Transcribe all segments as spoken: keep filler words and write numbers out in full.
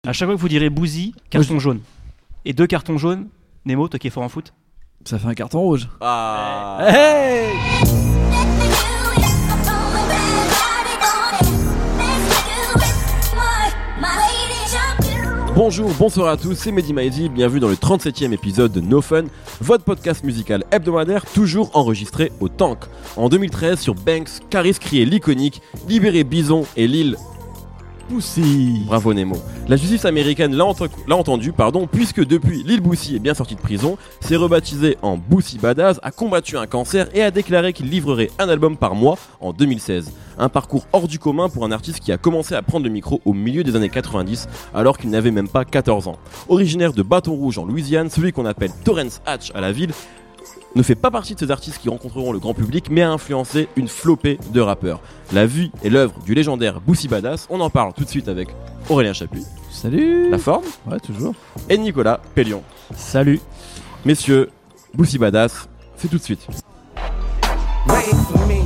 À chaque fois que vous direz Bouzy, carton jaune. Et deux cartons jaunes, Nemo, toi qui es fort en foot. Ça fait un carton rouge. Ah. Hey. Bonjour, bonsoir à tous, c'est Mehdi Maizi, bienvenue dans le trente-septième épisode de No Fun, votre podcast musical hebdomadaire toujours enregistré au Tank. En deux mille treize, sur Banks, Caris criait l'iconique « Libérez Bison » et Lil Boussy. Bravo Nemo. La justice américaine l'a, ent- l'a entendu, pardon, puisque depuis, Lil Boussy est bien sorti de prison, s'est rebaptisé en Boosie Badazz, a combattu un cancer et a déclaré qu'il livrerait un album par mois en deux mille seize. Un parcours hors du commun pour un artiste qui a commencé à prendre le micro au milieu des années quatre-vingt-dix, alors qu'il n'avait même pas quatorze ans. Originaire de Bâton Rouge en Louisiane, celui qu'on appelle Torrance Hatch à la ville, ne fait pas partie de ces artistes qui rencontreront le grand public, mais a influencé une flopée de rappeurs. La vie et l'œuvre du légendaire Boosie Badazz, on en parle tout de suite avec Aurélien Chapuis. Salut. La forme. Ouais, toujours. Et Nicolas Pellion. Salut. Messieurs, Boosie Badazz, c'est tout de suite. Wait for me,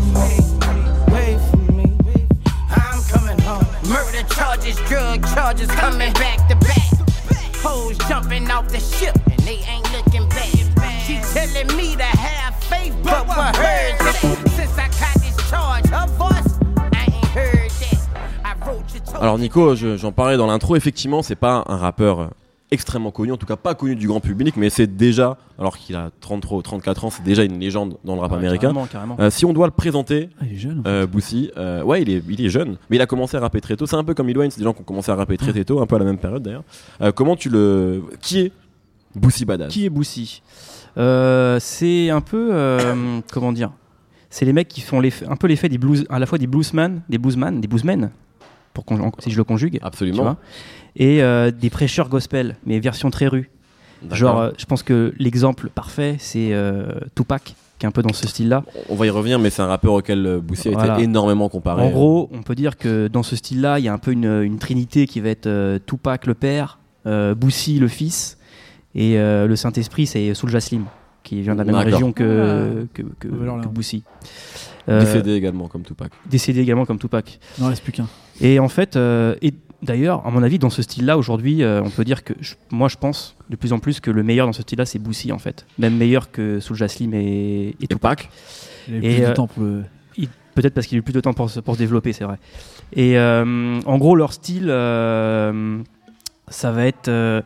wait for me. I'm coming home. Murder charges, drug charges coming back to back. Hoes jumping off the ship and they ain't looking back. She telling me to have faith, but what hers that? Since I caught this charge, her voice, I ain't heard that. I wrote you told Alors Nico, je, j'en parlais dans l'intro, effectivement, c'est pas un rappeur extrêmement connu, en tout cas pas connu du grand public, mais c'est déjà, alors qu'il a trente-trois ou trente-quatre ans, c'est déjà une légende dans le rap Ouais, américain. Carrément, carrément. Euh, si on doit le présenter, Ah, il est jeune. En fait. euh, Boosie, euh, ouais, il est, il est jeune, mais il a commencé à rapper très tôt. C'est un peu comme Lil Wayne, c'est des gens qui ont commencé à rapper très, très tôt, un peu à la même période d'ailleurs. Euh, comment tu le, qui est Boosie Badazz? Qui est Boussy euh, C'est un peu, euh, comment dire, c'est les mecs qui font l'effet, un peu l'effet des blues, à la fois des bluesmen, des bluesman, des bluesmen, pour qu'on, si je le conjugue. Absolument. Tu vois, et euh, des prêcheurs gospel, mais version très rue. D'accord. Genre, euh, je pense que l'exemple parfait, c'est euh, Tupac, qui est un peu dans ce style-là. On va y revenir, mais c'est un rappeur auquel euh, Boosie a Voilà. été énormément comparé. En gros, on peut dire que dans ce style-là, il y a un peu une, une trinité qui va être euh, Tupac le père, euh, Boosie le fils, et euh, le Saint-Esprit, c'est Soulja Slim, qui vient de la même D'accord. région que, que, que, Nouvelle-Orléans. que Boosie. Euh, Décédé également comme Tupac. décédé également comme Tupac. Il n'en reste plus qu'un. Et en fait, euh, et d'ailleurs, à mon avis, dans ce style-là, aujourd'hui, euh, on peut dire que, je- moi je pense de plus en plus que le meilleur dans ce style-là, c'est Boosie en fait. Même meilleur que Soulja Slim et, et Et Tupac. Pac. Il a eu Et, plus euh, de temps pour le. Il- Peut-être parce qu'il a eu plus de temps pour se, pour se développer, c'est vrai. Et euh, en gros, leur style, euh, ça va être euh,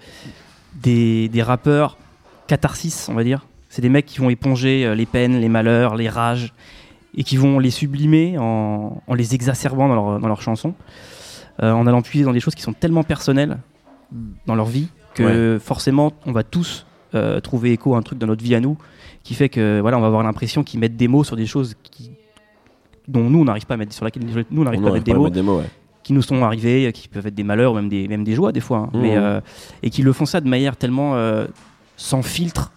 des, des rappeurs catharsis, on va dire. C'est des mecs qui vont éponger euh, les peines, les malheurs, les rages, et qui vont les sublimer en, en les exacerbant dans, leur, dans leurs chansons, euh, en allant puiser dans des choses qui sont tellement personnelles dans leur vie que forcément, on va tous euh, trouver écho à un truc dans notre vie à nous, qui fait que voilà, on va avoir l'impression qu'ils mettent des mots sur des choses qui dont nous on n'arrive pas à mettre sur laquelle nous on n'arrive On pas à n'arrive mettre des pas à mots, mettre des mots, ouais. qui nous sont arrivés, qui peuvent être des malheurs ou même des même des joies des fois, hein, Mmh. mais euh, et qui le font ça de manière tellement euh, sans filtre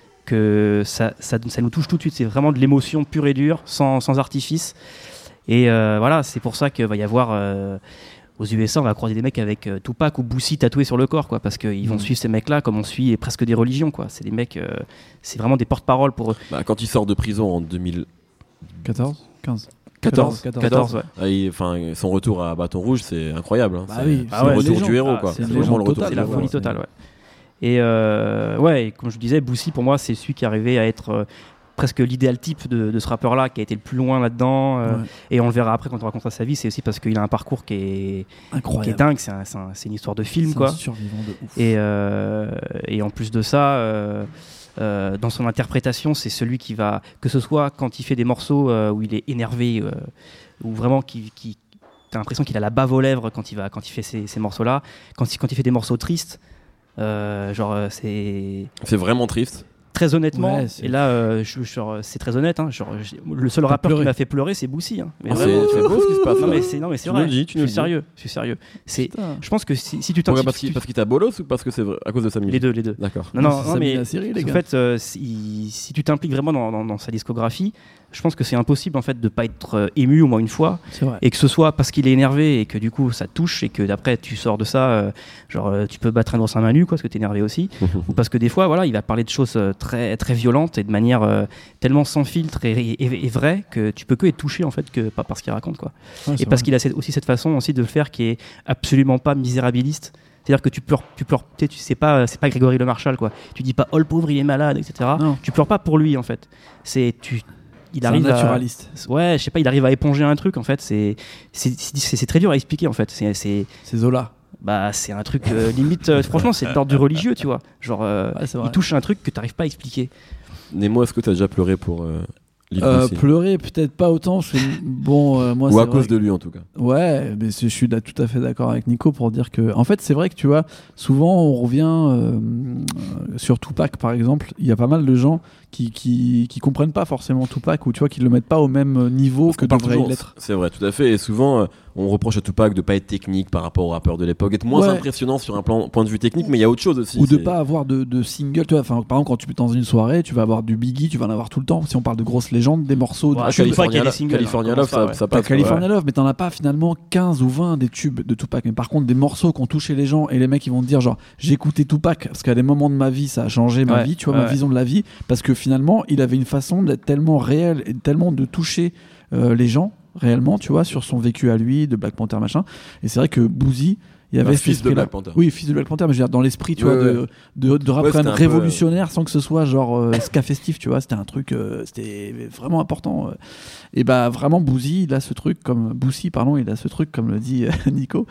que ça, ça ça nous touche tout de suite. C'est vraiment de l'émotion pure et dure, sans sans artifice. Et euh, voilà, c'est pour ça qu'il va y avoir euh, aux U S A, on va croiser des mecs avec euh, Tupac ou Boosie tatoués sur le corps, quoi, parce qu'ils vont Mmh. suivre ces mecs-là comme on suit presque des religions, quoi. C'est des mecs, euh, c'est vraiment des porte-parole pour eux. Bah, quand il sort de prison en deux mille quatorze quinze quatorze, quatorze. quatorze, ouais. ah, il- enfin, son retour à Bâton Rouge, c'est incroyable. Hein. Bah c'est, oui, c'est ah le ouais, retour légende. du héros, Ah, quoi. c'est C'est une vraiment le légende retour. C'est la Ouais, folie ouais. totale, ouais. Et euh, ouais, et comme je disais, Boosie pour moi c'est celui qui arrivait à être euh, presque l'idéal type de, de ce rappeur-là, qui a été le plus loin là-dedans. euh, Ouais. Et on le verra après quand on racontera sa vie. C'est aussi parce qu'il a un parcours qui est, qui est Incroyable. dingue. C'est, un- c'est un- c'est une histoire de film, C'est quoi. un survivant de ouf. Et, euh, et en plus de ça, euh, euh, dans son interprétation, c'est celui qui va, que ce soit quand il fait des morceaux euh, où il est énervé, euh, ou vraiment qui, qui t'as l'impression qu'il a la bave aux lèvres quand il va, quand il fait ces, ces morceaux-là, quand il, quand il fait des morceaux tristes, euh, genre euh, c'est C'est vraiment triste. très honnêtement. Ouais, c'est- et là, euh, je, je- genre, c'est très honnête. Hein, genre, je- le seul T'as rappeur pleuré. qui m'a fait pleurer, c'est Boosie. Hein. Mais Ah, c'est, vraiment, c'est beau ce qui se passe. non là. mais c'est non mais c'est Tu vrai. nous le dis, tu je nous suis le dis. sérieux. Je suis sérieux. C'est, Putain. je pense que si, si tu Pourquoi, t'identifies, parce, qu'il, parce qu'il t'a bolos ou parce que c'est vrai- à cause de sa musique? les deux, les deux. D'accord. Non, non, C'est non, ça, mais la série, les en gars. fait, euh, si, si tu t'impliques vraiment dans, dans- dans sa discographie, je pense que c'est impossible en fait de pas être euh, ému au moins une fois, C'est vrai. et que ce soit parce qu'il est énervé et que du coup ça touche et que d'après tu sors de ça, euh, genre euh, tu peux battre un ours à main nue, quoi, parce que t'es énervé aussi, ou parce que des fois, voilà, il va parler de choses euh, très très violentes et de manière euh, tellement sans filtre et, et, et vraie que tu peux que être touché en fait que pas par ce qu'il raconte, quoi. Ouais, Et c'est parce vrai. qu'il a cette- aussi cette façon aussi de le faire qui est absolument pas misérabiliste. C'est-à-dire que tu pleures, tu pleures, tu sais, tu sais pas, c'est pas Grégory Le Marchal, quoi. Tu dis pas, oh le pauvre, il est malade, et cetera. Non. Tu pleures pas pour lui, en fait. C'est, tu, il C'est arrive un naturaliste. à, ouais, je sais pas, il arrive à éponger un truc, en fait. C'est, c'est, c'est, c'est très dur à expliquer, en fait. C'est, c'est, C'est Zola. bah, c'est un truc euh, limite, euh, franchement, c'est de l'ordre du religieux, tu vois. Genre, euh, Ouais, c'est vrai. il touche un truc que t'arrives pas à expliquer. Nemo, est-ce que t'as déjà pleuré pour euh, Lil Euh, Boosie pleurer, peut-être pas autant. parce que, bon, euh, moi, Ou c'est à vrai cause que- de lui en tout cas. Ouais, mais c'est- je suis là tout à fait d'accord avec Nico pour dire que, en fait, c'est vrai que tu vois, souvent on revient euh, euh, sur Tupac par exemple. Il y a pas mal de gens qui qui, qui comprennent pas forcément Tupac ou tu vois qui le mettent pas au même niveau Parce que qu'on parle devrait toujours- l'être. C'est vrai, tout à fait. Et souvent, euh, on reproche à Tupac de pas être technique par rapport aux rappeurs de l'époque, être moins Ouais. impressionnant sur un plan, point de vue technique, mais il y a autre chose aussi. Ou de c'est- pas avoir de, de single, tu vois. Enfin, par exemple, quand tu es dans une soirée, tu vas avoir du Biggie, tu vas en avoir tout le temps. Si on parle de grosses légendes, des morceaux, Ouais, de je sais tubes. pas qu'il y a des California, singles, California hein, Love, commence pas, ça, ouais. ça T'as passe. California Love, mais t'en as pas finalement quinze ou vingt des tubes de Tupac. Mais par contre, des morceaux qui ont touché les gens et les mecs ils vont te dire genre j'ai écouté Tupac parce qu'à des moments de ma vie ça a changé ma Ouais, vie, tu vois, ouais, ma ouais. vision de la vie. Parce que finalement, il avait une façon d'être tellement réel et tellement de toucher euh, les gens réellement, tu vois, sur son vécu à lui, de Black Panther machin. Et c'est vrai que Boozy, il y avait Bah, cet fils de esprit-là. Black Panther. Oui, fils de Black Panther, mais je veux dire dans l'esprit, tu Ouais, vois, ouais. de, de, de rap Ouais, quand c'était même un peu, révolutionnaire sans que ce soit genre euh, ska festif, tu vois. C'était un truc, euh, c'était vraiment important. euh. Et bah vraiment Boozy, il a ce truc comme Boosie, pardon, il a ce truc comme le dit euh, Nico.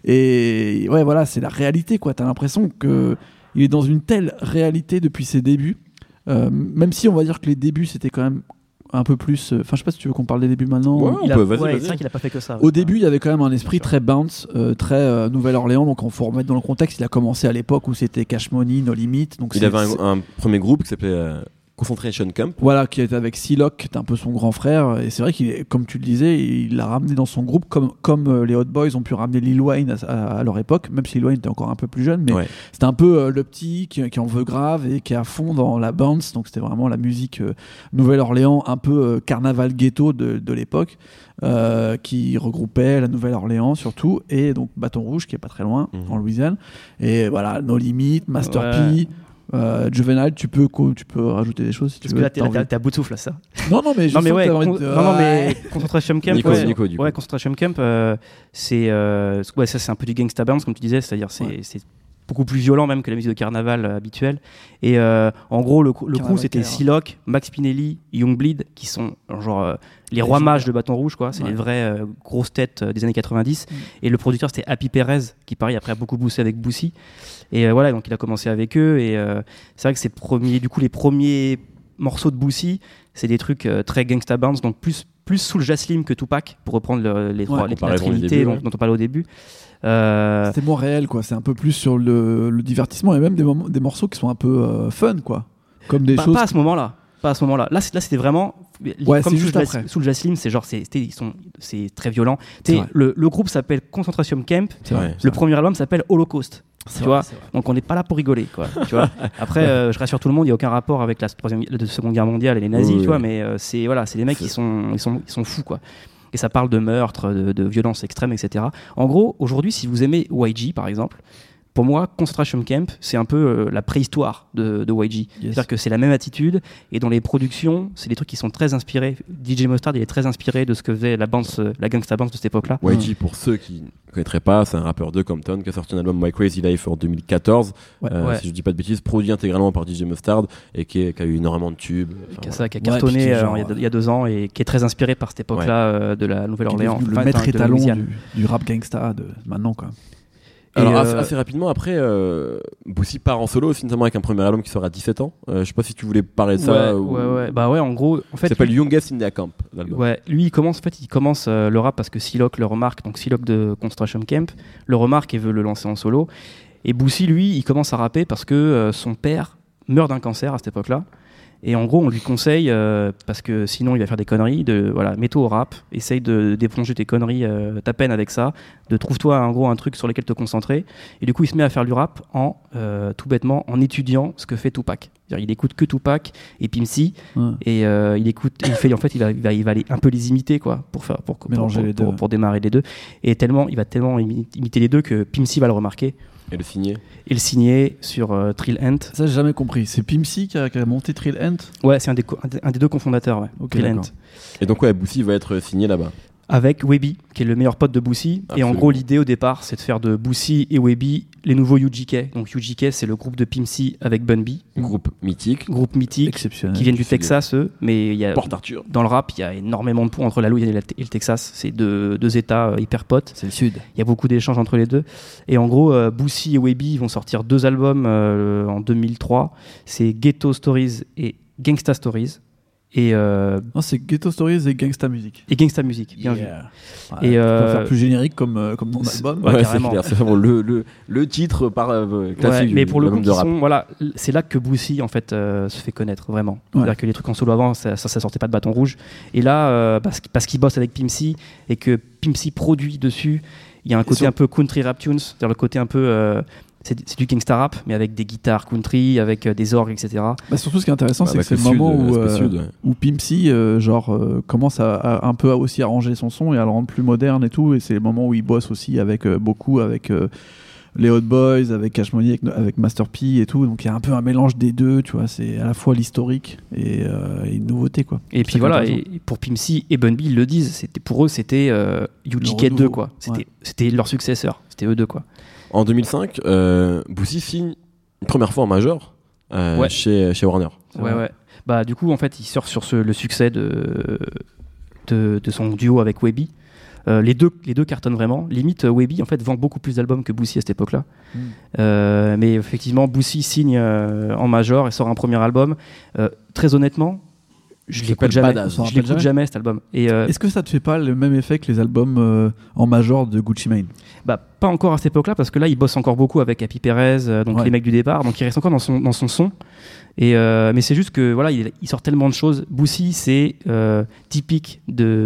Et ouais, voilà, c'est la réalité, quoi. T'as l'impression que il est dans une telle réalité depuis ses débuts, euh, même si on va dire que les débuts c'était quand même un peu plus. Enfin, je sais pas si tu veux qu'on parle des débuts maintenant. Ouais, Il on a- peut, vas-y, ouais, vas-y. c'est vrai qu'il a pas fait que ça. Au ouais. début, il y avait quand même un esprit très bounce, euh, très euh, Nouvelle-Orléans. Donc, il faut remettre dans le contexte. Il a commencé à l'époque où c'était Cash Money, No Limit. Donc Il c'est- avait c'est- un, un premier groupe qui s'appelait euh, Concentration Camp. Voilà, qui était avec C-Lock, qui était un peu son grand frère. Et c'est vrai qu'il est, comme tu le disais, il l'a ramené dans son groupe, comme, comme euh, les Hot Boys ont pu ramener Lil Wayne à, à- à leur époque, même si Lil Wayne était encore un peu plus jeune. Mais Ouais. c'était un peu euh, le petit qui, qui en veut grave et qui est à fond dans la bounce. Donc c'était vraiment la musique euh, Nouvelle-Orléans, un peu euh, carnaval ghetto de, de l'époque, euh, qui regroupait la Nouvelle-Orléans surtout, et donc Bâton Rouge, qui est pas très loin, Mhm. en Louisiane. Et voilà, No Limit, Master Ouais. P. Euh, Juvenile, tu peux, co- tu peux rajouter des choses si tu Parce veux. que là, t'es, t'as là, t'es- envie. t'es à bout de souffle, là, ça. Non, non, mais je Non mais sens que ouais, t'as envie con- de- non, non, mais Ouais. Concentration Camp, Nico, ouais, Nico, du coup. ouais, Concentration Camp, euh, c'est, euh, ouais, ça c'est un peu du gangsta bounce comme tu disais, c'est-à-dire c'est, Ouais. c'est beaucoup plus violent même que la musique de carnaval euh, habituelle. Et euh, en gros, le, cou- le Carnaval crew c'était Terror. C-Lock, Max Pinelli, Youngbleed, qui sont euh, genre euh, les rois Légendaires. mages de Bâton Rouge, quoi. C'est Ouais. les vraies euh, grosses têtes euh, des années quatre-vingt-dix. Mm. Et le producteur c'était Happy Perez, qui pareil après a beaucoup bossé avec Boosie. Et euh, voilà, donc il a commencé avec eux. Et euh, c'est vrai que ces premiers, du coup, les premiers morceaux de Boosie, c'est des trucs euh, très gangsta bounce, donc plus plus sous le Jaslim que Tupac, pour reprendre le- les trois, les, la comparaison, les trinité débuts, dont, ouais. dont on parlait au début. Euh, C'était moins réel, quoi. C'est un peu plus sur le, le divertissement et même des, moments- des morceaux qui sont un peu euh, fun, quoi. Comme des pas, choses. pas à ce moment-là. Pas à ce moment-là. Là, c'est- là c'était vraiment. Ouais, comme c'est sous, juste le, après. Jas- sous le Jaslim, c'est genre, c'est, c'était- ils sont, c'est très violent. C'est T'sais, vrai. le, le groupe s'appelle Concentration Camp. C'est vrai, Ouais. c'est Le vrai. premier album s'appelle Holocaust. C'est Tu vrai, vois, c'est vrai. donc on n'est pas là pour rigoler, quoi. Tu vois. Après, euh, je rassure tout le monde, il n'y a aucun rapport avec la troisième, la seconde guerre mondiale et les nazis, Oui, tu vois. oui. Mais euh, c'est voilà, c'est des mecs qui sont, ils sont, ils sont fous, quoi. Et ça parle de meurtre, de, de violence extrême, et cetera. En gros, aujourd'hui, si vous aimez Y G, par exemple, pour moi, Concentration Camp, c'est un peu euh, la préhistoire de, de Y G. C'est-à-dire que c'est la même attitude, et dans les productions, c'est des trucs qui sont très inspirés. D J Mustard, il est très inspiré de ce que faisait la bounce, euh, la gangsta bounce de cette époque-là. Y G, pour ceux qui ne connaîtraient pas, c'est un rappeur de Compton qui a sorti un album My Crazy Life en deux mille quatorze, Ouais. euh, Ouais. si je dis pas de bêtises, produit intégralement par D J Mustard et qui, est- qui a eu énormément de tubes. Enfin, Qui a, voilà. ça, qui a Ouais, puis cartonné qui est euh, genre, il y a deux- il y, a deux ans et qui est très inspiré par cette époque-là euh, de la Qui est Nouvelle-Orléans. devenu enfin, le maître de la étalon Louisiane. du, du rap gangsta de maintenant, quoi. Et, Alors euh, assez, assez rapidement après, euh, Boosie part en solo aussi, notamment avec un premier album qui sort à dix-sept ans. Euh, je sais pas si tu voulais parler de ça. ouais, ou... ouais, ouais. Bah ouais, en gros, en fait, Ça s'appelle lui, Youngest in Their Camp, l'album. ouais, lui, il commence, en fait, il commence euh, le rap parce que C-Lock le remarque, donc C-Lock de Concentration Camp le remarque et veut le lancer en solo. Et Boosie, lui, il commence à rapper parce que euh, son père meurt d'un cancer à cette époque-là. Et en gros, on lui conseille, euh, parce que sinon il va faire des conneries, de voilà, mets-toi au rap, essaye de d'éponger tes conneries, euh, ta peine avec ça, de trouve-toi en gros un truc sur lequel te concentrer. Et du coup, il se met à faire du rap en euh, tout bêtement en étudiant ce que fait Tupac. C'est-à-dire, il écoute que Tupac et Pimp C, Ouais. et euh, il écoute, il fait, en fait, il va, il va, il va aller un peu les imiter quoi, pour faire, pour, pour, Mélanger pour, les pour, deux. pour démarrer les deux. Et tellement, il va tellement imi- imiter les deux que Pimp C va le remarquer Et le signer. et le signer sur euh, Trill Ant. Ça, j'ai jamais compris. C'est Pimp C qui a, qui a monté Trill Ant. Ouais, c'est un des, co- un des, un des deux cofondateurs, ouais. Ok, Trill Ant. d'accord. Et donc ouais, Boosie va être signé là-bas. avec Webi, qui est le meilleur pote de Boosie. Et en Absolument. gros, l'idée au départ, c'est de faire de Boosie et Webi les nouveaux U G K. Donc U G K, c'est le groupe de Pimp C avec Bun B, Groupe mythique. groupe mythique, Exceptionnel. qui viennent du C'est Texas, eux. Mais il y a, Port Arthur. dans le rap, il y a énormément de points entre la Louisiane et, la- et le Texas. C'est deux, deux États euh, hyper potes. C'est le sud. Il y a beaucoup d'échanges entre les deux. Et en gros, euh, Boosie et Webi vont sortir deux albums euh, en deux mille trois. C'est Ghetto Stories et Gangsta Stories. Et, euh, Non, c'est Ghetto Stories et Gangsta Music. et Gangsta Music, bien vu. Yeah. Et, Et euh, faire plus générique comme, euh, comme nom d'album. Ouais, Ouais, c'est carrément. clair, c'est vraiment le, le, le titre par, euh, classique Ouais, mais du- pour le de coup, l'album de qui rap. sont, voilà, l- c'est là que Boosie en fait euh, se fait connaître vraiment. Ouais. C'est-à-dire que les trucs en solo avant, ça, ça, ça sortait pas de bâton rouge. Et là, euh, parce, qu'- parce qu'il bosse avec Pimp C et que Pimp C produit dessus, il y a un côté sur- un peu country rap tunes, c'est-à-dire le côté un peu euh, c'est, c'est du gangsta rap, mais avec des guitares country, avec euh, des orgues, et cetera. Bah, surtout, ce qui est intéressant, Bah, c'est que avec c'est le le moment sud, où, l'aspect euh, sud, ouais. où Pimp C euh, genre, euh, commence à, à un peu à aussi arranger son son et à le rendre plus moderne et tout. Et c'est le moment où il bosse aussi avec euh, beaucoup avec euh, les Hot Boys, avec Cash Money, avec, avec Master P et tout. Donc il y a un peu un mélange des deux, tu vois. C'est à la fois l'historique et, euh, et une nouveauté, quoi. Et C'est puis ça qui est voilà, intéressant. et pour Pimp C et Bun B, ils le disent, c'était, pour eux, c'était euh, U G K renouveau. deux, quoi. C'était, Ouais. c'était leur successeur, c'était eux deux, quoi. En deux mille cinq, euh, Boosie signe une première fois en major euh, Ouais. chez, chez Warner. C'est Ouais, vrai. ouais. Bah, du coup, en fait, il sort sur ce, le succès de, de, de son duo avec Webi. Euh, les, deux, les deux cartonnent vraiment. Limite, euh, Webi en fait, vend beaucoup plus d'albums que Boosie à cette époque-là. Mm. Euh, mais effectivement, Boosie signe euh, en major et sort un premier album. Euh, très honnêtement, je Il l'écoute s'appelle jamais. Badass. On s'en Je rappelle l'écoute jamais cet album. Et euh, Est-ce que ça te fait pas le même effet que les albums euh, en major de Gucci Mane? bah, pas encore à cette époque-là, parce que là, il bosse encore beaucoup avec Happy Perez, euh, donc Ouais. les mecs du départ. Donc il reste encore dans son, dans son son. Et euh, mais c'est juste que voilà, il, il sort tellement de choses. Boosie, c'est euh, typique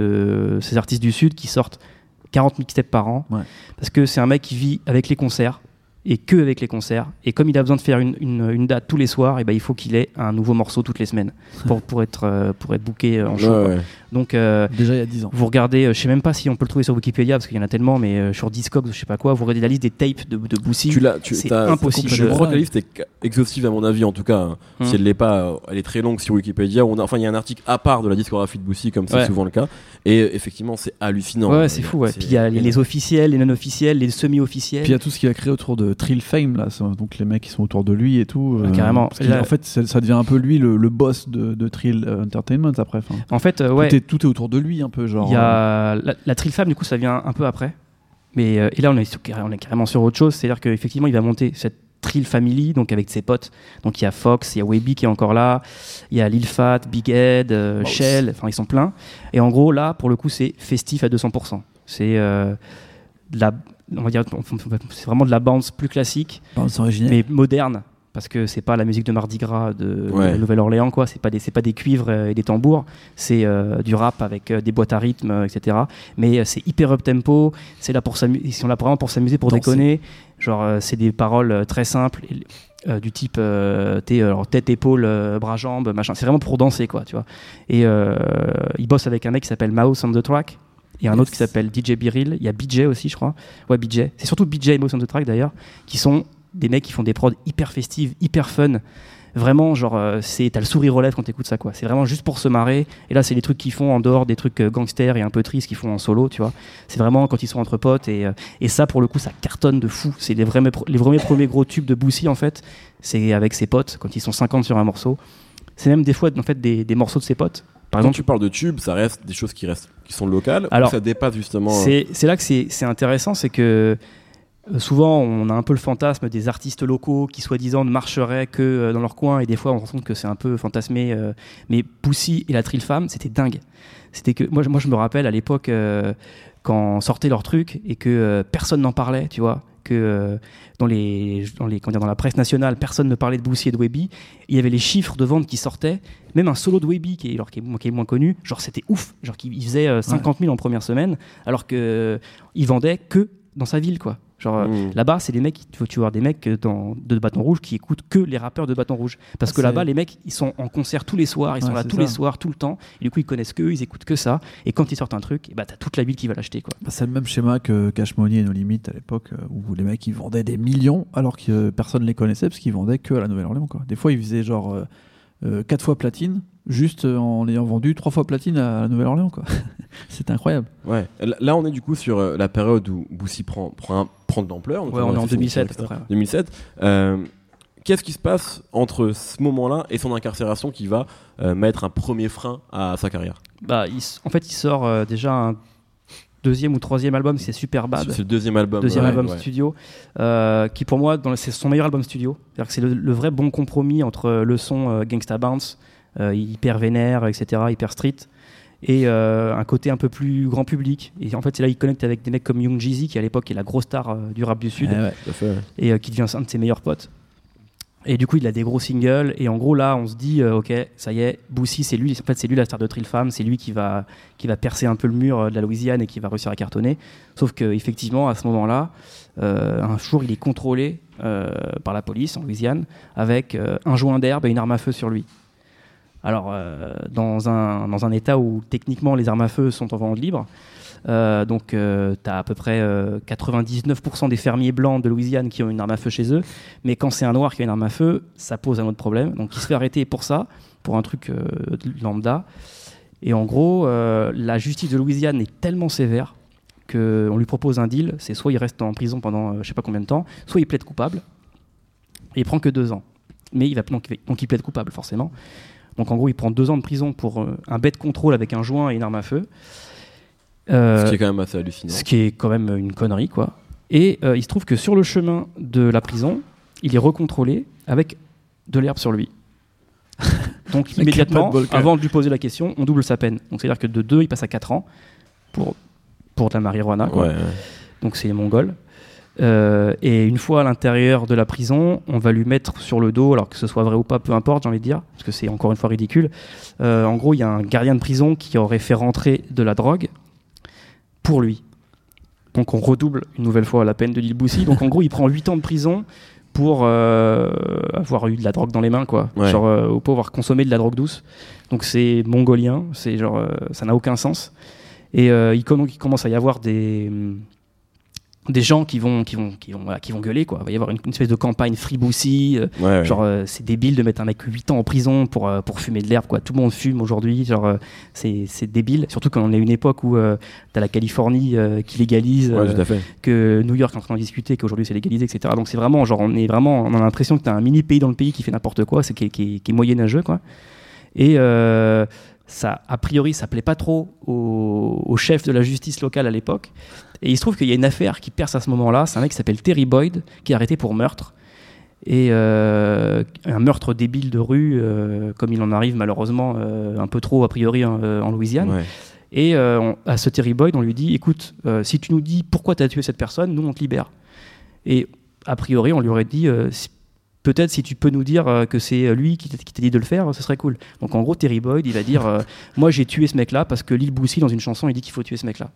de ces artistes du Sud qui sortent quarante mixtapes par an, Ouais. parce que c'est un mec qui vit avec les concerts et que avec les concerts. Et comme il a besoin de faire une, une, une date tous les soirs, et ben il faut qu'il ait un nouveau morceau toutes les semaines pour, pour être euh, pour être booké en show. Ouais, quoi. ouais. Donc euh, Déjà il y a dix ans. vous regardez, euh, je sais même pas si on peut le trouver sur Wikipédia parce qu'il y en a tellement, mais euh, sur Discogs ou je sais pas quoi, vous regardez la liste des tapes de, de Boosie. Tu l'as, tu, c'est t'as- impossible. Je crois que la liste est exhaustive à mon avis, en tout cas. hein. Hum. Si elle l'est pas, euh, elle est très longue sur Wikipédia. On a, enfin, il y a un article à part de la discographie de Boosie, comme c'est Ouais. souvent le cas. Et euh, effectivement, c'est hallucinant. Ouais, Euh, c'est fou. Ouais. c'est- Puis il y a les, les officiels, les non officiels, les semi-officiels. Puis il y a tout ce qu'il a créé autour de Trill Fame, là, c'est- donc les mecs qui sont autour de lui et tout. Ah, carrément. parce qu'il- Là- en fait, c'est- ça devient un peu lui le, le boss de, de Trill euh, Entertainment après. Enfin, En fait, euh, ouais, tout, est, tout est autour de lui un peu, genre. il y a la, la Trill Femme, du coup, ça vient un peu après. Mais euh, et là, on est, sur- on est carrément sur autre chose. C'est-à-dire qu'effectivement, il va monter cette Trill Family, donc avec ses potes. Donc il y a Fox, il y a Webi qui est encore là, il y a Lil Fat, Big Ed, euh, Mouse. Shell, enfin ils sont pleins. Et en gros, là, pour le coup, c'est festif à deux cents pour cent. C'est euh, de la, on va dire, c'est vraiment de la bounce plus classique, Bounce originel. mais moderne. Parce que c'est pas la musique de Mardi Gras de, Ouais. de la Nouvelle-Orléans, quoi. C'est pas des, c'est pas des cuivres euh, et des tambours. C'est euh, du rap avec euh, des boîtes à rythme, euh, et cetera. Mais euh, c'est hyper up tempo. C'est là pour s'amuser. Ils sont là vraiment pour s'amuser, pour Danser. déconner. Genre, euh, c'est des paroles euh, très simples, et, euh, du type euh, t'es, euh, alors, tête, épaule, euh, bras, jambes, machin. C'est vraiment pour danser, quoi. Tu vois. Et euh, ils bossent avec un mec qui s'appelle Mouse on the Track. Il y a un Yes. autre qui s'appelle D J Biril. Il y a B J aussi, je crois. Ouais, B J. C'est surtout B J et Mouse on the Track d'ailleurs, qui sont des mecs qui font des prods hyper festives, hyper fun. Vraiment, genre, euh, c'est, t'as le sourire aux lèvres quand t'écoutes ça, quoi. C'est vraiment juste pour se marrer. Et là, c'est les trucs qu'ils font en dehors des trucs euh, gangsters et un peu tristes qu'ils font en solo, tu vois. C'est vraiment quand ils sont entre potes. Et, euh, et ça, pour le coup, ça cartonne de fou. C'est les vrais, les vrais premiers gros tubes de Boosie, en fait. C'est avec ses potes, quand ils sont cinquante sur un morceau. C'est même des fois, en fait, des, des morceaux de ses potes. Par Quand exemple, tu parles de tubes, ça reste des choses qui restent, qui sont locales. Alors, ou ça dépasse justement. euh, C'est, c'est là que c'est, c'est intéressant, c'est que euh, souvent on a un peu le fantasme des artistes locaux qui soi-disant ne marcheraient que euh, dans leur coin, et des fois on se rend compte que c'est un peu fantasmé. euh, mais Boosie et la Trill Femme, c'était dingue. C'était que moi, je- moi je me rappelle à l'époque euh, quand sortaient leurs trucs et que euh, personne n'en parlait, tu vois. Que euh, dans les dans les comment dire, dans la presse nationale, personne ne parlait de Boosie et de Webi. Il y avait les chiffres de vente qui sortaient, même un solo de Webi qui est, alors, qui est, moins- qui est moins connu, genre c'était ouf, genre qu'il il faisait euh, cinquante mille en première semaine, alors que euh, il vendait que dans sa ville, quoi. Genre euh, Mm. là-bas, c'est des mecs, tu vois, tu vois des mecs euh, dans, de Bâton Rouge qui écoutent que les rappeurs de Bâton Rouge, parce Ah, que c'est- là-bas, les mecs, ils sont en concert tous les soirs, ils sont Ouais, là c'est tous ça. les soirs, tout le temps, et du coup ils connaissent que eux, ils écoutent que ça, et quand ils sortent un truc, et bah t'as toute la ville qui va l'acheter, quoi. Bah, c'est le même schéma que Cash Money et No Limit à l'époque, euh, où les mecs ils vendaient des millions alors que euh, personne les connaissait parce qu'ils vendaient que à la Nouvelle-Orléans, quoi. Des fois ils faisaient genre euh, euh, quatre fois platine, juste en ayant vendu trois fois platine à la Nouvelle-Orléans, quoi. C'est incroyable. Ouais. Là, on est du coup sur euh, la période où Boussy prend, prend, un, prend de l'ampleur. Ouais, on est en deux mille sept. deux mille sept. Euh, qu'est-ce qui se passe entre ce moment-là et son incarcération qui va euh, mettre un premier frein à sa carrière? Bah, il, en fait, il sort euh, déjà un deuxième ou troisième album, c'est Superbad. C'est le deuxième album. Deuxième ouais, album ouais. studio, euh, qui pour moi, dans le, c'est son meilleur album studio. C'est-à-dire que c'est le, le vrai bon compromis entre le son euh, Gangsta Bounce, euh, hyper vénère, et cetera, hyper street, et euh, un côté un peu plus grand public. Et en fait, c'est là il connecte avec des mecs comme Young Jeezy, qui à l'époque est la grosse star euh, du rap du Sud, Ouais, ouais. Tout à fait, ouais. et euh, qui devient un de ses meilleurs potes. Et du coup, il a des gros singles. Et en gros, là, on se dit, euh, ok, ça y est, Boussy, c'est lui. En fait, c'est lui la star de Trill Fam. C'est lui qui va, qui va percer un peu le mur euh, de la Louisiane et qui va réussir à cartonner. Sauf qu'effectivement, à ce moment-là, euh, un jour, il est contrôlé euh, par la police en Louisiane avec euh, un joint d'herbe et une arme à feu sur lui. Alors, euh, dans, un, dans un état où techniquement les armes à feu sont en vente libre, euh, donc euh, tu as à peu près euh, quatre-vingt-dix-neuf pour cent des fermiers blancs de Louisiane qui ont une arme à feu chez eux, mais quand c'est un noir qui a une arme à feu, ça pose un autre problème. Donc il se fait arrêter pour ça, pour un truc euh, lambda. Et en gros, euh, la justice de Louisiane est tellement sévère qu'on lui propose un deal, c'est soit il reste en prison pendant euh, je sais pas combien de temps, soit il plaide coupable, et il prend que deux ans. Mais il va, donc, donc il plaide coupable forcément. Donc en gros, il prend deux ans de prison pour euh, un bête contrôle avec un joint et une arme à feu. Euh, Ce qui est quand même assez hallucinant. Ce qui est quand même une connerie, quoi. Et euh, il se trouve que sur le chemin de la prison, il est recontrôlé avec de l'herbe sur lui. Donc immédiatement, avant de lui poser la question, on double sa peine. Donc c'est-à-dire que de deux, il passe à quatre ans pour, pour de la marijuana, quoi. Ouais, ouais. Donc c'est mongol. Euh, et une fois à l'intérieur de la prison, on va lui mettre sur le dos, alors que ce soit vrai ou pas, peu importe, j'ai envie de dire, parce que c'est encore une fois ridicule. Euh, en gros, il y a un gardien de prison qui aurait fait rentrer de la drogue pour lui. Donc on redouble une nouvelle fois la peine de Lil Boussy. Donc en gros, il prend huit ans de prison pour euh, avoir eu de la drogue dans les mains, quoi. Ouais. Genre euh, ou pour avoir consommé de la drogue douce. Donc c'est mongolien, c'est genre euh, ça n'a aucun sens. Et euh, il, donc, il commence à y avoir des des gens qui vont qui vont qui vont voilà, qui vont gueuler, quoi. Il va y avoir une, une espèce de campagne Free Boussy, euh, Ouais, ouais. genre euh, c'est débile de mettre un mec huit ans en prison pour euh, pour fumer de l'herbe, quoi. Tout le monde fume aujourd'hui, genre euh, c'est c'est débile, surtout quand on est à une époque où euh, t'as la Californie euh, qui légalise, Ouais, euh, tout à fait. que New York est en train de discuter, qu'aujourd'hui c'est légalisé, et cetera. Donc c'est vraiment genre on est vraiment on a l'impression que t'as un mini pays dans le pays qui fait n'importe quoi, c'est qui est, qui est, qui est moyenâgeux, quoi. Et euh, ça, a priori, ça plaît pas trop au, au chef de la justice locale à l'époque. Et il se trouve qu'il y a une affaire qui perce à ce moment-là. C'est un mec qui s'appelle Terry Boyd, qui est arrêté pour meurtre. Et euh, un meurtre débile de rue, euh, comme il en arrive malheureusement euh, un peu trop a priori en, euh, en Louisiane. Ouais. Et euh, on, à ce Terry Boyd, on lui dit, écoute, euh, si tu nous dis pourquoi tu as tué cette personne, nous on te libère. Et a priori, on lui aurait dit, euh, si, peut-être si tu peux nous dire euh, que c'est lui qui t'a, qui t'a dit de le faire, ce serait cool. Donc en gros, Terry Boyd, il va dire, euh, moi j'ai tué ce mec-là parce que Lil Boussy, dans une chanson, il dit qu'il faut tuer ce mec-là.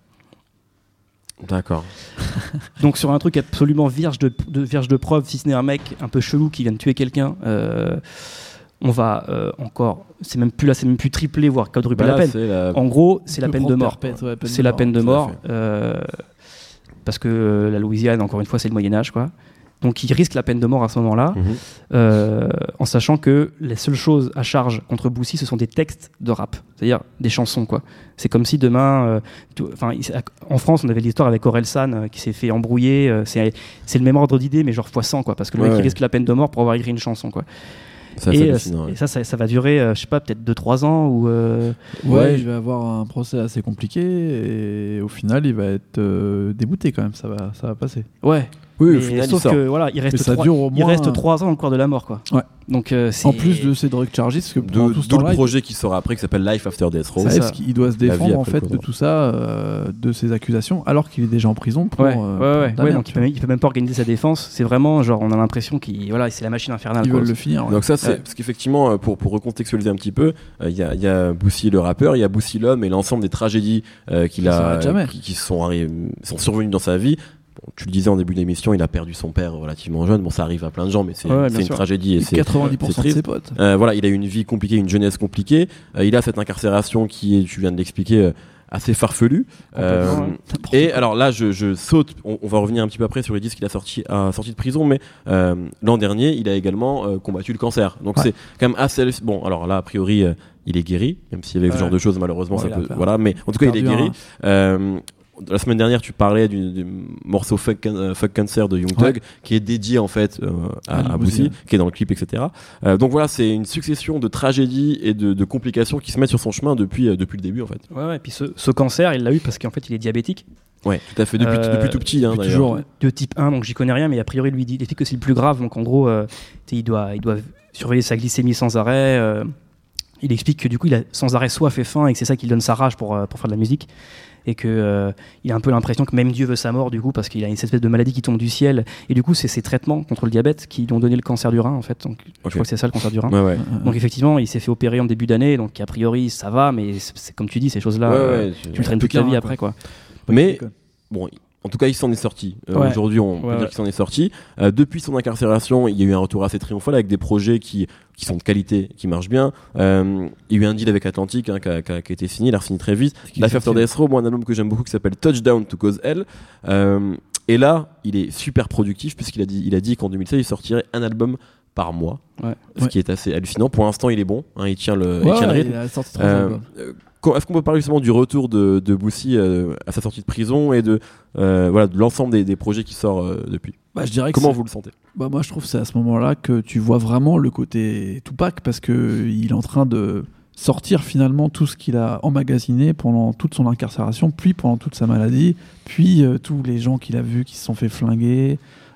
D'accord. Donc sur un truc absolument vierge de, de, vierge de preuves, si ce n'est un mec un peu chelou qui vient de tuer quelqu'un, euh, on va euh, encore, c'est même plus là, c'est même plus triplé, voire quadrupler Bah la là, peine. c'est la- En gros, c'est Il la peut peine de prendre mort. perpète, ouais, peine C'est de la mort, peine de tout à mort, fait. euh, parce que euh, la Louisiane, encore une fois, c'est le Moyen Âge, quoi. Donc il risque la peine de mort à ce moment-là, Mhm. euh, en sachant que les seules choses à charge contre Boussy, ce sont des textes de rap, c'est-à-dire des chansons, quoi. C'est comme si demain, euh, tout- enfin, en France, on avait l'histoire avec Orelsan euh, qui s'est fait embrouiller. euh, c'est, c'est le même ordre d'idée, mais genre fois cent, quoi, parce que le Ouais, mec il ouais. risque la peine de mort pour avoir écrit une chanson, quoi. Ça, c'est Et, euh, hallucinant, ouais. et ça, ça, ça va durer, euh, je sais pas, peut-être deux trois ans ou. euh, Ouais, Ouais. il va avoir un procès assez compliqué et au final, il va être euh, débouté quand même. Ça va, ça va passer. Ouais. Oui, Mais au final, il sauf sort. que voilà, il reste Mais ça trois, dure au il moins- reste trois ans dans le cours de la mort, quoi. Ouais. Donc euh, c'est En plus de ces drug charges, parce que pendant De- tout ce D'où temps-là, le il- projet qui sort après qui s'appelle Life After Death Row. ça, C'est parce qu'il doit se La vie défendre en après fait le de cordon. tout ça, euh, de ces accusations, alors qu'il est déjà en prison pour. Ouais, euh, ouais, pour ouais, de la ouais, merde, donc tu il peut, vois. il peut même pas organiser sa défense. C'est vraiment genre, on a l'impression qu'il, voilà, c'est la machine infernale. Ils quoi. veulent le finir. ouais. Donc ça, c'est Ouais. parce qu'effectivement, euh, pour, pour recontextualiser un petit peu, euh, il y, a, il y a Boussy le rappeur, il y a Boussy l'homme et l'ensemble des tragédies euh, qu'il Qui a, s'arrêtent jamais. qui, qui sont, arri- sont survenues dans sa vie. Bon, tu le disais en début d'émission, il a perdu son père relativement jeune. Bon, ça arrive à plein de gens, mais c'est, Ouais, bien c'est une sûr. tragédie et c'est, quatre-vingt-dix pour cent c'est de triste. ses potes. Euh, voilà, il a eu une vie compliquée, une jeunesse compliquée. Euh, il a cette incarcération qui est, tu viens de l'expliquer, euh, assez farfelu. Euh, Complètement, ouais. et alors là, je, je saute. On, on va revenir un petit peu après sur les disques qu'il a sorti à sortie de prison, mais euh, l'an dernier, il a également euh, combattu le cancer. Donc Ouais. c'est quand même assez. Bon, alors là, a priori, euh, il est guéri, même s'il y avait Ouais. ce genre de choses, malheureusement, Ouais, ça il a peut. perdu- Voilà, mais en tout cas, il est perdu guéri. un- Euh, la semaine dernière, tu parlais du, du morceau Fuck, Can- euh, Fuck Cancer de Young Ouais. Thug, qui est dédié en fait euh, à, À à Lil Boosie, Boosie, ouais. qui est dans le clip, et cetera. Euh, donc voilà, c'est une succession de tragédies et de, de complications qui se mettent sur son chemin depuis, euh, depuis le début en fait. Ouais, ouais. Et puis ce, ce cancer, il l'a eu parce qu'en fait, il est diabétique. Ouais, tout à fait, depuis, Euh, depuis tout petit hein, depuis d'ailleurs. toujours, ouais. De type un, donc j'y connais rien, mais a priori, lui, il dit que c'est le plus grave. Donc en gros, euh, tu sais, il, doit, il doit surveiller sa glycémie sans arrêt. euh, il explique que du coup, il a sans arrêt soif et faim et que c'est ça qui lui donne sa rage pour, euh, pour faire de la musique. Et que euh, il a un peu l'impression que même Dieu veut sa mort, du coup, parce qu'il a une espèce de maladie qui tombe du ciel. Et du coup, c'est ses traitements contre le diabète qui lui ont donné le cancer du rein, en fait. Donc, Ok. je crois que c'est ça le cancer du rein. Ouais, ouais. Donc effectivement, il s'est fait opérer en début d'année, donc a priori ça va, mais c'est, c'est comme tu dis, ces choses-là, Ouais, euh, ouais, tu le traînes toute Plus la vie qu'un, après, quoi. Mais bon, en tout cas, il s'en est sorti. Euh, Ouais. Aujourd'hui, on peut Ouais, dire ouais. qu'il s'en est sorti. Euh, depuis son incarcération, il y a eu un retour assez triomphal avec des projets qui, qui sont de qualité, qui marchent bien. Euh, il y a eu un deal avec Atlantic hein, qui, a, qui a- qui a été signé, il a signé très vite. qu'il Life est After sorti. Death Row, moi, un album que j'aime beaucoup qui s'appelle Touchdown to Cause Hell. Euh, et là, il est super productif puisqu'il a dit, il a dit qu'en deux mille seize, il sortirait un album par mois. Ouais. Ce Ouais. qui est assez hallucinant. Pour l'instant, il est bon. Hein, il tient le, il Ouais, tient le ouais, rythme. il a sorti trois Euh, albums. euh, quand- Est-ce qu'on peut parler justement du retour de, de Boosie euh, à sa sortie de prison et de, euh, voilà, de l'ensemble des, des projets qui sortent euh, depuis Bah, je dirais que Comment c'est- vous le sentez Bah moi je trouve que c'est à ce moment-là que tu vois vraiment le côté Tupac parce que il est en train de sortir finalement tout ce qu'il a emmagasiné pendant toute son incarcération, puis pendant toute sa maladie, puis euh, tous les gens qu'il a vus qui se sont fait flinguer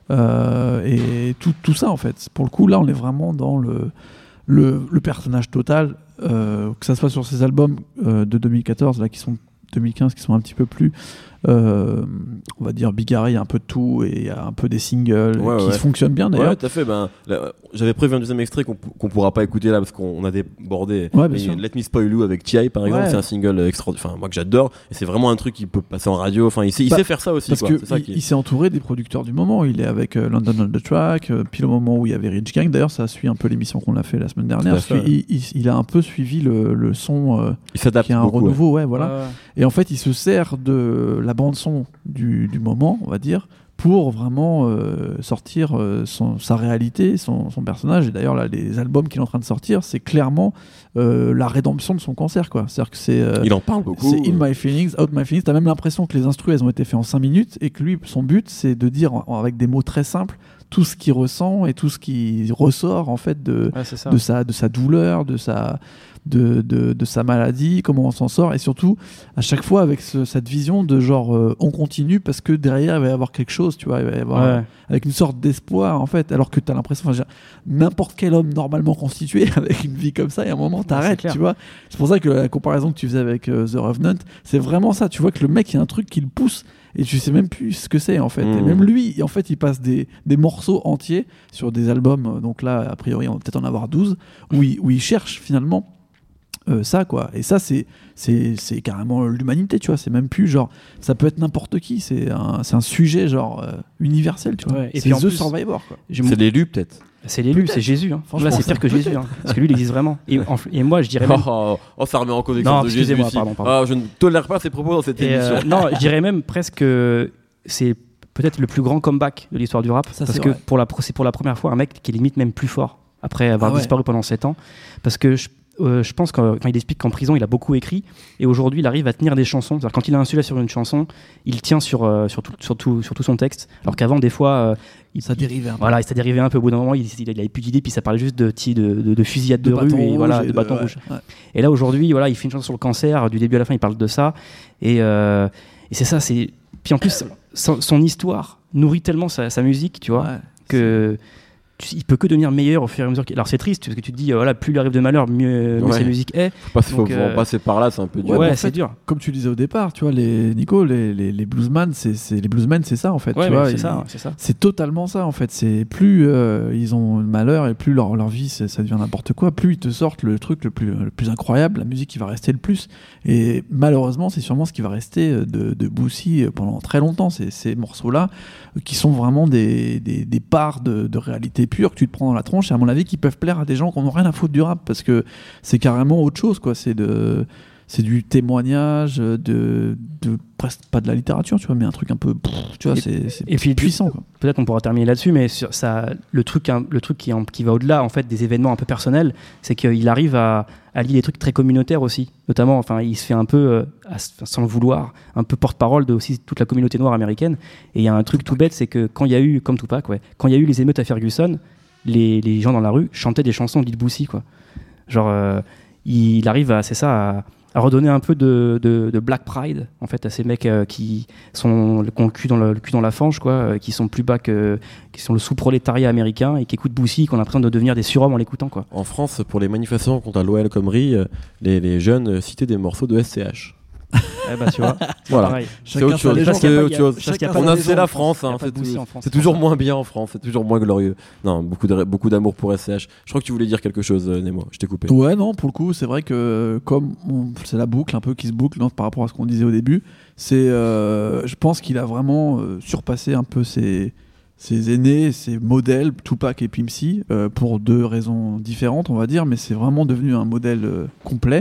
euh, et tout, tout ça en fait. Pour le coup là on est vraiment dans le, le, le personnage total, euh, que ça soit sur ses albums euh, de deux mille quatorze là qui sont deux mille quinze qui sont un petit peu plus euh, on va dire bigarrés, il y a un peu de tout et il y a un peu des singles Ouais, qui ouais. fonctionnent bien d'ailleurs. Ouais, tout à fait. Ben, là, j'avais prévu un deuxième extrait qu'on pou- qu'on pourra pas écouter là parce qu'on a débordé. Ouais, bien Mais sûr. Let Me Spoil You avec T I par exemple, Ouais. c'est un single extraordinaire. Enfin, moi que j'adore. Et c'est vraiment un truc qui peut passer en radio. Enfin, il sait, il Bah, sait faire ça aussi. Parce quoi. que C'est ça il, qui est- il s'est entouré des producteurs du moment. Il est avec euh, London on the Track, euh, puis le moment où il y avait Rich Gang. D'ailleurs, ça suit un peu l'émission qu'on a fait la semaine dernière. Tout à fait, parce qu'il- il, il a un peu suivi le, le son euh, il s'adapte qui a un beaucoup. ouais. renouveau. Ouais, voilà. Ouais, ouais. Et en fait, il se sert de la bande son du, du moment, on va dire, pour vraiment euh, sortir euh, son, sa réalité, son, son personnage. Et d'ailleurs, là, les albums qu'il est en train de sortir, c'est clairement euh, la rédemption de son cancer, quoi. C'est-à-dire que c'est euh, Il en parle beaucoup. c'est In My Feelings, Out My Feelings. T'as même l'impression que les instrus, elles ont été faits en cinq minutes et que lui, son but, c'est de dire en- avec des mots très simples tout ce qu'il ressent et tout ce qui ressort en fait de, Ouais, c'est ça. de sa, de sa douleur, de sa, de, de, de sa maladie, comment on s'en sort, et surtout à chaque fois avec ce- cette vision de genre euh, on continue parce que derrière il va y avoir quelque chose, tu vois, il va y avoir Ouais. euh, avec une sorte d'espoir en fait, alors que tu as l'impression, enfin, je veux dire, n'importe quel homme normalement constitué avec une vie comme ça, et à un moment t'arrêtes, clair. tu vois. C'est pour ça que la comparaison que tu faisais avec euh, The Revenant, c'est vraiment ça, tu vois que le mec il y a un truc qui le pousse. Et tu sais même plus ce que c'est en fait. Mmh. Et même lui, en fait, il passe des, des morceaux entiers sur des albums. euh, Donc là, a priori, on va peut-être en avoir douze, où il, où il cherche finalement euh, ça, quoi. Et ça, c'est, c'est, c'est carrément l'humanité, tu vois. C'est même plus genre, ça peut être n'importe qui. C'est un, c'est un sujet genre euh, universel, tu vois. Ouais, et C'est puis en The plus- Survivor, quoi. J'ai- C'est l'élu peut-être. C'est l'élu, Peut-être. c'est Jésus. Hein. Franchement, Là, c'est ça- pire que Jésus. Hein. Parce que lui, il existe vraiment. Et, en- et moi, je dirais même. Oh, oh, ça remet en cause Non, l'exemple de Jésus. excusez-moi, ici. pardon, pardon. Ah, je ne tolère pas ces propos dans cette Et, émission. euh, non, je dirais même presque que c'est peut-être le plus grand comeback de l'histoire du rap. Ça, parce c'est que vrai. pour la, c'est pour la première fois un mec qui est limite même plus fort après avoir Ah ouais. disparu pendant sept ans. Parce que je, euh, je pense que quand il explique qu'en prison, il a beaucoup écrit. Et aujourd'hui, il arrive à tenir des chansons. C'est-à-dire, quand il a un sujet sur une chanson, il tient sur, euh, sur, tout, sur, tout, sur tout son texte. Alors qu'avant, des fois. euh, il, Ça dérivait un peu. Voilà, il s'est dérivé un peu. Au bout d'un moment, il, il, il avait plus d'idées. Puis ça parlait juste de, de, de, de fusillade de, rue bâtons et rouges voilà, et de bâtons ouais, rouges. ouais. Et là aujourd'hui, voilà, il fait une chanson sur le cancer, du début à la fin, il parle de ça. Et, euh, et c'est ça, c'est. Puis en plus, son, son histoire nourrit tellement sa, sa musique, tu vois, Ouais. que tu- il peut que devenir meilleur au fur et à mesure. qu'il- Alors c'est triste parce que tu te dis, euh, voilà, plus il arrive de malheur, mieux, mieux Ouais. sa musique est. Faut pas- faut donc, faut euh, en passer par là, c'est un peu dur. Ouais, Ouais, mais en c'est fait, dur. Comme tu disais au départ, tu vois, les Nico, les, les, les bluesmen, c'est, c'est les bluesmen, c'est ça en fait. Ouais, tu mais vois, c'est ils- ça, c'est ça. C'est totalement ça en fait. C'est plus euh, ils ont le malheur et plus leur, leur vie c'est- ça devient n'importe quoi. Plus ils te sortent le truc le plus, le plus incroyable, la musique qui va rester le plus. Et malheureusement, c'est sûrement ce qui va rester de, de Boosie pendant très longtemps. C'est ces morceaux-là euh, qui sont vraiment des, des, des parts de, de réalité pure que tu te prends dans la tronche. Et à mon avis, qui peuvent plaire à des gens qui n'ont rien à foutre du rap parce que c'est carrément autre chose quoi. C'est de c'est du témoignage, de, de presque pas de la littérature, tu vois, mais un truc un peu, pff, tu vois, Et- c'est, c'est et puis, puissant, quoi. Peut-être on pourra terminer là-dessus, mais sur ça, le truc, hein, le truc qui, en- qui va au-delà en fait des événements un peu personnels, c'est qu'il arrive à, à lier des trucs très communautaires aussi. Notamment, enfin, il se fait un peu, euh, à- sans le vouloir, un peu porte-parole de aussi toute la communauté noire américaine. Et il y a un truc tout bête, c'est que quand il y a eu, comme Tupac, ouais, quand il y a eu les émeutes à Ferguson, les, les gens dans la rue chantaient des chansons de Lil Boosie, quoi. Genre, euh, il arrive à, c'est ça, à, à redonner un peu de, de, de Black Pride en fait à ces mecs euh, qui sont qui ont le cul dans le, le cul dans la fange, quoi, euh, qui sont plus bas que, qui sont le sous-prolétariat américain et qui écoutent Boosie, qui ont l'impression de devenir des surhommes en l'écoutant, quoi. En France, pour les manifestations contre la loi El Khomri, euh, les, les jeunes euh, citaient des morceaux de S C H. Eh bah, tu vois, c'est Voilà. pareil. C'est Chacun autre sa chose. légende. Parce qu'il y a autre Il y a- chose. parce qu'il y a Chacun pas On sa a légende fait la en France, Il y a hein, pas c'est de Boosie tout- en France. c'est toujours moins bien en France, c'est toujours moins glorieux. Non, beaucoup de- beaucoup d'amour pour S C H. Je crois que tu voulais dire quelque chose, euh, Nemo. Je t'ai coupé. Ouais, non, pour le coup, c'est vrai que comme on- c'est la boucle un peu qui se boucle non, par rapport à ce qu'on disait au début, c'est, euh, je pense qu'il a vraiment euh, surpassé un peu ses, ses aînés, ses modèles, Tupac et Pimp C, euh, pour deux raisons différentes, on va dire, mais c'est vraiment devenu un modèle euh, complet.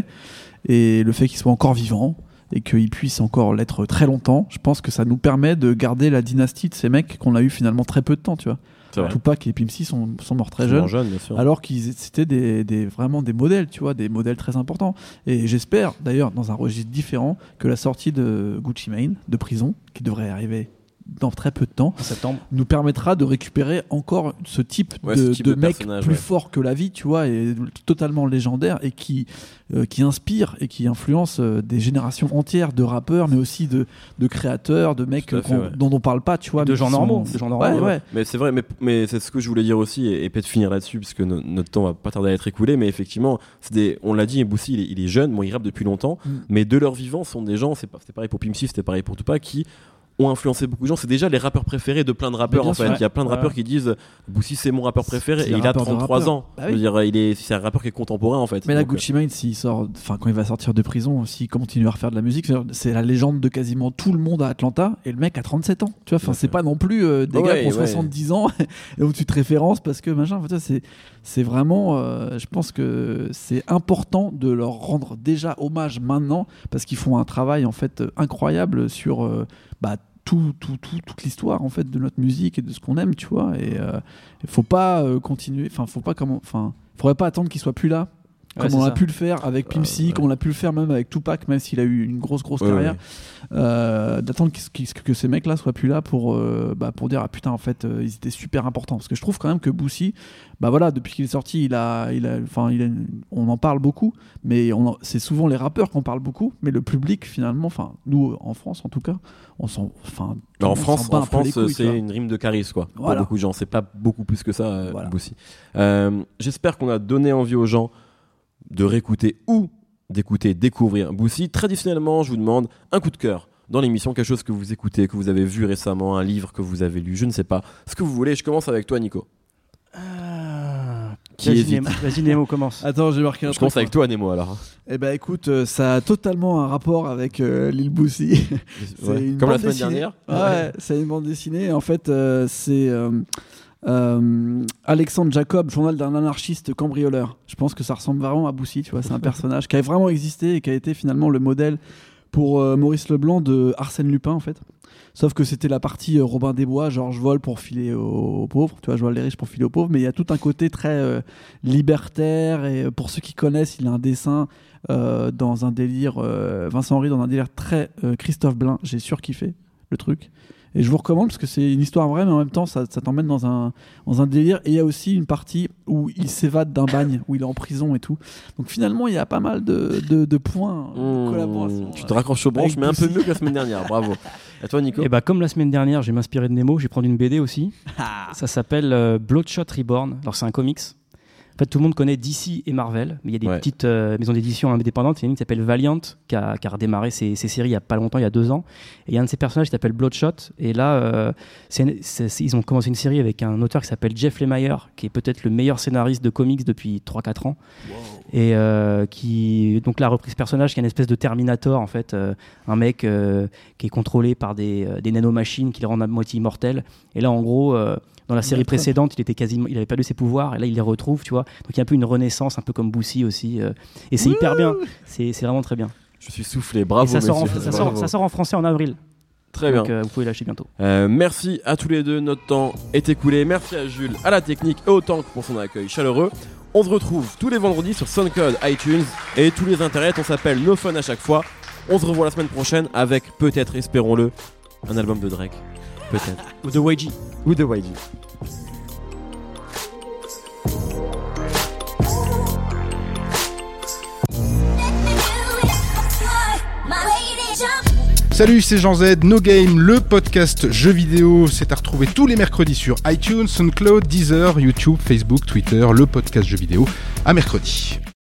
Et le fait qu'il soit encore vivant et qu'il puisse encore l'être très longtemps, je pense que ça nous permet de garder la dynastie de ces mecs qu'on a eu finalement très peu de temps, tu vois. C'est vrai. Tupac et Pimp C sont, sont morts très Ils sont jeunes. morts jeunes, bien sûr. Alors qu'ils c'était des, des, vraiment des modèles, tu vois, des modèles très importants. Et j'espère, d'ailleurs, dans un registre différent, que la sortie de Gucci Mane, de prison, qui devrait arriver dans très peu de temps, En septembre. nous permettra de récupérer encore ce type Ouais, de, ce type de de mec personnage, plus ouais. fort que la vie, tu vois, et totalement légendaire, et qui, euh, qui inspire et qui influence euh, des générations entières de rappeurs, mais aussi de, de créateurs, de mecs Tout à euh, fait, qu'on- ouais. dont on parle pas, tu vois. De mais gens qui normaux, sont- de gens normaux, Ouais, ouais. ouais. Mais c'est vrai, mais, mais c'est ce que je voulais dire aussi, et, et peut-être finir là-dessus, puisque no- notre temps va pas tarder à être écoulé, mais effectivement, c'est des, on l'a dit, Boosie, il est, il est jeune, bon, il rappe depuis longtemps, Mm. mais de leur vivant sont des gens, c'est pas- c'était pareil pour Pimp C, c'était pareil pour Tupac, qui ont influencé beaucoup de gens. C'est déjà les rappeurs préférés de plein de rappeurs, bien en fait. sûr, Il y a plein de ouais. rappeurs qui disent Boosie, c'est mon rappeur préféré, C'est et le il a rappeur de trente-trois rappeurs. ans. Bah Je oui. veux dire, il est, c'est un rappeur qui est contemporain, en fait. Mais là, Donc, euh, Gucci Mane, s'il sort, enfin quand il va sortir de prison, s'il continue à refaire de la musique, c'est- c'est la légende de quasiment tout le monde à Atlanta. Et le mec a trente-sept ans. Tu vois, enfin Bien c'est sûr. pas non plus euh, des Ouais, gars qui ont ouais. soixante-dix ans et où tu te références parce que machin. Enfin, tu vois, c'est c'est vraiment, euh, je pense que c'est important de leur rendre déjà hommage maintenant parce qu'ils font un travail en fait euh, incroyable sur euh, bah, tout, tout, tout, toute l'histoire en fait de notre musique et de ce qu'on aime, tu vois. Et euh, il faut pas euh, continuer, enfin faut pas comment, enfin faudrait pas attendre qu'il soit plus là. Ouais, Comme c'est on a ça. pu le faire avec Pimp C, ouais. comme on a pu le faire même avec Tupac, même s'il a eu une grosse grosse Ouais, carrière, ouais. euh, d'attendre qu'ils- qu'ils- que ces mecs-là soient plus là pour, euh, bah, pour dire ah putain en fait euh, ils étaient super importants. Parce que je trouve quand même que Boosie, bah voilà, depuis qu'il est sorti, il a, il a, enfin il a, une- on en parle beaucoup, mais on en- c'est souvent les rappeurs qu'on parle beaucoup, mais le public finalement, enfin nous en France en tout cas, on s'en, enfin tout Mais le en monde France, s'en bat en un peu les France couilles, tu c'est vois. une rime de charisme, quoi. Voilà. Pour beaucoup de gens, c'est pas beaucoup plus que ça, euh, Voilà. Boosie. Euh, J'espère qu'on a donné envie aux gens de réécouter ou d'écouter, découvrir Boosie. Traditionnellement, je vous demande un coup de cœur dans l'émission, quelque chose que vous écoutez, que vous avez vu récemment, un livre que vous avez lu, je ne sais pas. Ce que vous voulez, je commence avec toi, Nico. Qui Vas-y, hésite Nemo, vas-y, Nemo, commence. Attends, j'ai marqué un Je truc. commence avec toi, Nemo, alors. Eh ben écoute, euh, ça a totalement un rapport avec euh, Lil Boosie. C'est Ouais. une Comme la bande semaine dessinée. dernière. Ouais, c'est une bande dessinée. En fait, euh, c'est euh, euh, Alexandre Jacob, journal d'un anarchiste cambrioleur. Je pense que ça ressemble vraiment à Boosie, tu vois. C'est un personnage qui a vraiment existé et qui a été finalement le modèle pour euh, Maurice Leblanc de Arsène Lupin, en fait. Sauf que c'était la partie euh, Robin des Bois, genre je vole pour filer aux, aux pauvres, tu vois, je vole les riches pour filer aux pauvres, mais il y a tout un côté très euh, libertaire, et euh, pour ceux qui connaissent, il a un dessin euh, dans un délire, euh, Vincent Henry dans un délire très euh, Christophe Blain, j'ai surkiffé le truc. Et je vous recommande parce que c'est une histoire vraie, mais en même temps, ça, ça t'emmène dans un, dans un délire. Et il y a aussi une partie où il s'évade d'un bagne, où il est en prison et tout. Donc finalement, il y a pas mal de, de, de points de Mmh, collaboration. tu te raccroches aux branches, avec mais un peu Boosie. mieux que la semaine dernière. Bravo. À toi, Nico. Et bah, comme la semaine dernière, j'ai m'inspiré de Nemo, je vais prendre une B D aussi. Ça s'appelle euh, Bloodshot Reborn. Alors, c'est un comics. En fait, tout le monde connaît D C et Marvel, mais il y a des Ouais. petites euh, maisons d'édition indépendantes. Il y a une qui s'appelle Valiant, qui a, qui a redémarré ses, ses séries il y a pas longtemps, il y a deux ans. Et il y a un de ces personnages qui s'appelle Bloodshot. Et là, euh, c'est une- c'est- c'est- ils ont commencé une série avec un auteur qui s'appelle Jeff Lemire, qui est peut-être le meilleur scénariste de comics depuis trois quatre ans. Et euh, qui donc là a repris ce personnage qui est une espèce de Terminator, en fait, euh, un mec euh, qui est contrôlé par des, euh, des nanomachines qui le rendent à moitié immortel. Et là, en gros, euh, dans la série D'accord. précédente, il était quasiment, il avait perdu ses pouvoirs, et là il les retrouve, tu vois. Donc il y a un peu une renaissance, un peu comme Boosie aussi. euh, et c'est hyper bien. C'est c'est vraiment très bien. Je suis soufflé, bravo. Et ça, sort en, messieurs, ça, bravo. sort, ça sort en français en avril. Très Donc, bien. euh, vous pouvez lâcher bientôt. Euh, merci à tous les deux, notre temps est écoulé. Merci à Jules, à la technique et au Tank pour son accueil chaleureux. On se retrouve tous les vendredis sur SoundCloud, iTunes et tous les internets. On s'appelle No Fun à chaque fois. On se revoit la semaine prochaine avec peut-être, espérons-le, un album de Drake. Peut-être. Ou de Y G. Ou de Y G. Salut, c'est Jean Z, No Game, le podcast jeux vidéo. C'est à retrouver tous les mercredis sur iTunes, SoundCloud, Deezer, YouTube, Facebook, Twitter, le podcast jeux vidéo. À mercredi.